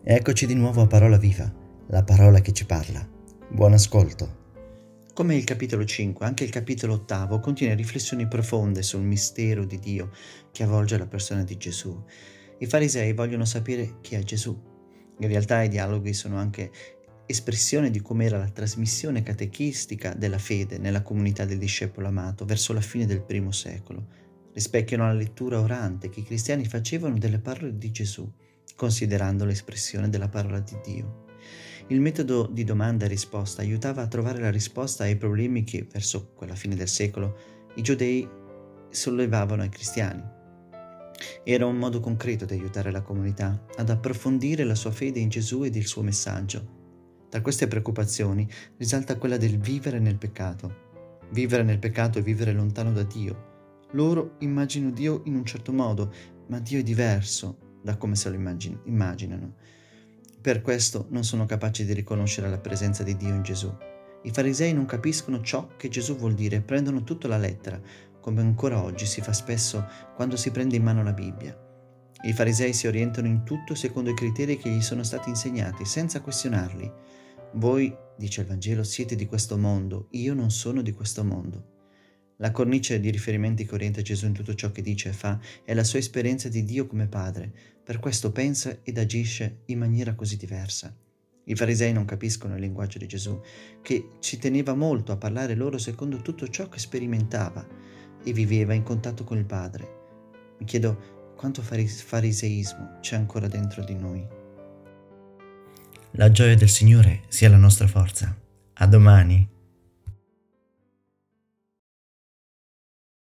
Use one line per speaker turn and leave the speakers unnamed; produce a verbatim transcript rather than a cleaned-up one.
Eccoci di nuovo a Parola Viva, la parola che ci parla. Buon ascolto. Come il capitolo cinque, anche il capitolo ottavo contiene riflessioni profonde sul mistero di Dio che avvolge la persona di Gesù. I farisei vogliono sapere chi è Gesù. In realtà i dialoghi sono anche espressione di com'era la trasmissione catechistica della fede nella comunità del discepolo amato verso la fine del primo secolo. Rispecchiano la lettura orante che i cristiani facevano delle parole di Gesù, considerando l'espressione della parola di Dio. Il metodo di domanda e risposta aiutava a trovare la risposta ai problemi che, verso quella fine del secolo, i giudei sollevavano ai cristiani. Era un modo concreto di aiutare la comunità ad approfondire la sua fede in Gesù ed il suo messaggio. Tra queste preoccupazioni risalta quella del vivere nel peccato. Vivere nel peccato e vivere lontano da Dio. Loro immaginano Dio in un certo modo, ma Dio è diverso da come se lo immagin- immaginano. Per questo non sono capaci di riconoscere la presenza di Dio in Gesù. I farisei non capiscono ciò che Gesù vuol dire e prendono tutto alla lettera, come ancora oggi si fa spesso quando si prende in mano la Bibbia. I farisei si orientano in tutto secondo i criteri che gli sono stati insegnati, senza questionarli. Voi, dice il Vangelo, siete di questo mondo, io non sono di questo mondo. La cornice di riferimenti che orienta Gesù in tutto ciò che dice e fa è la sua esperienza di Dio come Padre, per questo pensa ed agisce in maniera così diversa. I farisei non capiscono il linguaggio di Gesù, che ci teneva molto a parlare loro secondo tutto ciò che sperimentava e viveva in contatto con il Padre. Mi chiedo quanto faris- fariseismo c'è ancora dentro di noi.
La gioia del Signore sia la nostra forza. A domani.